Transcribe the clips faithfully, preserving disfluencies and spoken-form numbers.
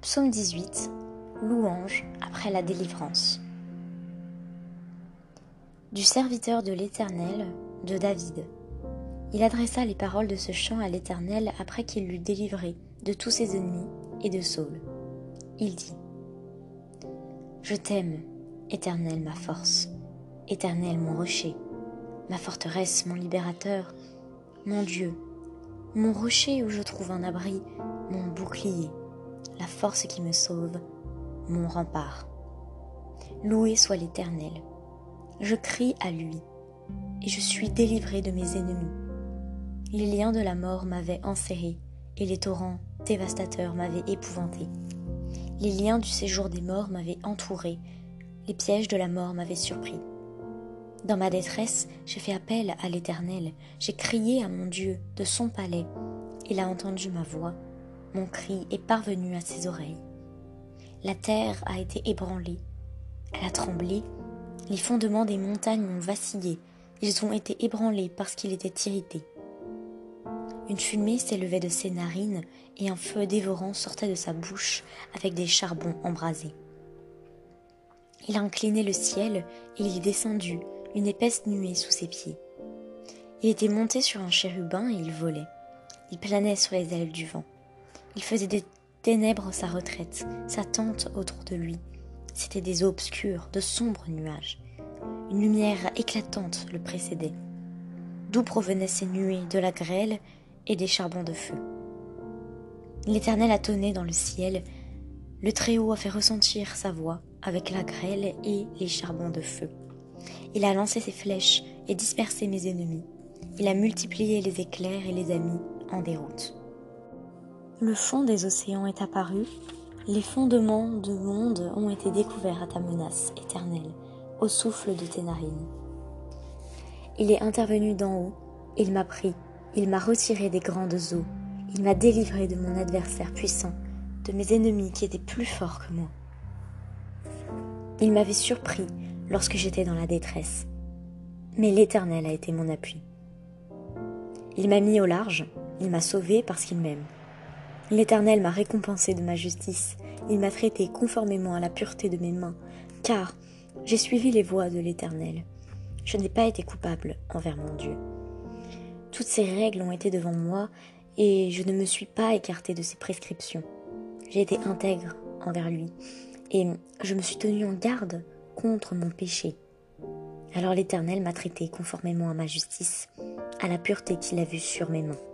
Psaume dix-huit, louange après la délivrance. Du serviteur de l'Éternel, de David. Il adressa les paroles de ce chant à l'Éternel après qu'il l'eut délivré de tous ses ennemis et de Saül. Il dit : Je t'aime, Éternel ma force, Éternel mon rocher, ma forteresse, mon libérateur, mon Dieu, mon rocher où je trouve un abri, mon bouclier, la force qui me sauve, mon rempart. Loué soit l'Éternel. Je crie à lui, et je suis délivré de mes ennemis. Les liens de la mort m'avaient enserré, et les torrents dévastateurs m'avaient épouvanté. Les liens du séjour des morts m'avaient entouré, les pièges de la mort m'avaient surpris. Dans ma détresse, j'ai fait appel à l'Éternel, j'ai crié à mon Dieu de son palais. Il a entendu ma voix, mon cri est parvenu à ses oreilles. La terre a été ébranlée, elle a tremblé, les fondements des montagnes ont vacillé, ils ont été ébranlés parce qu'il était irrité. Une fumée s'élevait de ses narines et un feu dévorant sortait de sa bouche avec des charbons embrasés. Il a incliné le ciel et il est descendu, une épaisse nuée sous ses pieds. Il était monté sur un chérubin et il volait. Il planait sur les ailes du vent. Il faisait des ténèbres sa retraite, sa tente autour de lui. C'étaient des eaux obscures, de sombres nuages. Une lumière éclatante le précédait. D'où provenaient ces nuées? De la grêle et des charbons de feu. L'Éternel a tonné dans le ciel. Le Très-Haut a fait ressentir sa voix avec la grêle et les charbons de feu. Il a lancé ses flèches et dispersé mes ennemis. Il a multiplié les éclairs et les a mis en déroute. Le fond des océans est apparu, les fondements du monde ont été découverts à ta menace, Éternel, au souffle de tes narines. Il est intervenu d'en haut, il m'a pris, il m'a retiré des grandes eaux, il m'a délivré de mon adversaire puissant, de mes ennemis qui étaient plus forts que moi. Il m'avait surpris lorsque j'étais dans la détresse, mais l'Éternel a été mon appui. Il m'a mis au large, il m'a sauvé parce qu'il m'aime. L'Éternel m'a récompensé de ma justice, il m'a traité conformément à la pureté de mes mains, car j'ai suivi les voies de l'Éternel. Je n'ai pas été coupable envers mon Dieu. Toutes ses règles ont été devant moi, et je ne me suis pas écarté de ses prescriptions. J'ai été intègre envers lui, et je me suis tenu en garde contre mon péché. Alors l'Éternel m'a traité conformément à ma justice, à la pureté qu'il a vue sur mes mains.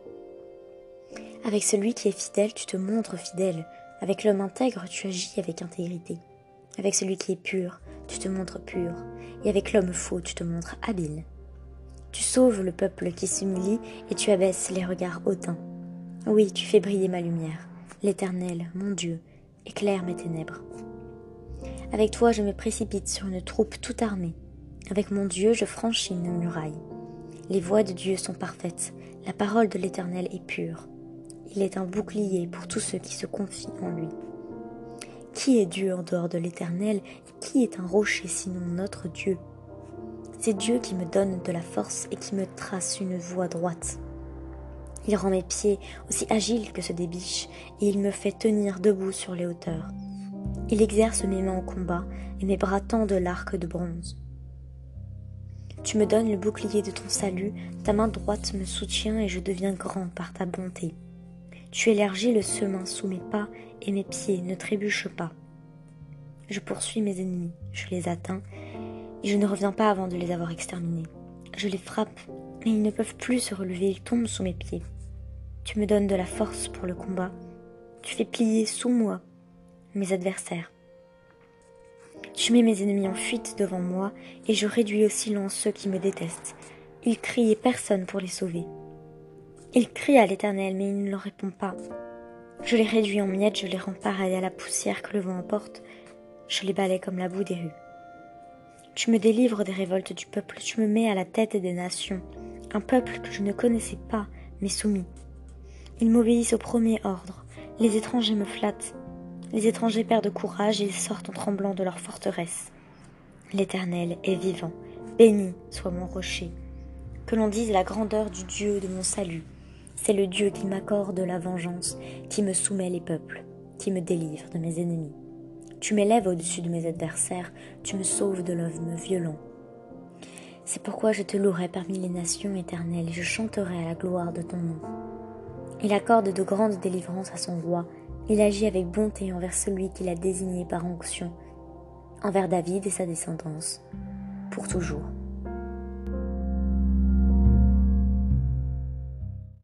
Avec celui qui est fidèle, tu te montres fidèle. Avec l'homme intègre, tu agis avec intégrité. Avec celui qui est pur, tu te montres pur. Et avec l'homme faux, tu te montres habile. Tu sauves le peuple qui s'humilie et tu abaisses les regards hautains. Oui, tu fais briller ma lumière. L'Éternel, mon Dieu, éclaire mes ténèbres. Avec toi, je me précipite sur une troupe toute armée. Avec mon Dieu, je franchis une muraille. Les voies de Dieu sont parfaites. La parole de l'Éternel est pure. Il est un bouclier pour tous ceux qui se confient en lui. Qui est Dieu en dehors de l'Éternel et qui est un rocher sinon notre Dieu? C'est Dieu qui me donne de la force et qui me trace une voie droite. Il rend mes pieds aussi agiles que ceux des biches et il me fait tenir debout sur les hauteurs. Il exerce mes mains au combat et mes bras tendent l'arc de bronze. Tu me donnes le bouclier de ton salut, ta main droite me soutient et je deviens grand par ta bonté. Tu élargis le chemin sous mes pas et mes pieds ne trébuchent pas. Je poursuis mes ennemis, je les atteins et je ne reviens pas avant de les avoir exterminés. Je les frappe, mais ils ne peuvent plus se relever, ils tombent sous mes pieds. Tu me donnes de la force pour le combat. Tu fais plier sous moi mes adversaires. Tu mets mes ennemis en fuite devant moi et je réduis au silence ceux qui me détestent. Ils crient et personne pour les sauver. Ils crient à l'Éternel, mais il ne leur répond pas. Je les réduis en miettes, je les rends pareils à la poussière que le vent emporte. Je les balaie comme la boue des rues. Tu me délivres des révoltes du peuple, tu me mets à la tête des nations. Un peuple que je ne connaissais pas, mais soumis. Ils m'obéissent au premier ordre. Les étrangers me flattent. Les étrangers perdent courage et ils sortent en tremblant de leur forteresse. L'Éternel est vivant. Béni soit mon rocher. Que l'on dise la grandeur du Dieu de mon salut. C'est le Dieu qui m'accorde la vengeance, qui me soumet les peuples. qui me délivre de mes ennemis. Tu m'élèves au-dessus de mes adversaires, tu me sauves de l'homme violent. C'est pourquoi je te louerai parmi les nations éternelles et je chanterai à la gloire de ton nom. Il accorde de grandes délivrances à son roi, il agit avec bonté envers celui qu'il a désigné par onction, envers David et sa descendance, pour toujours.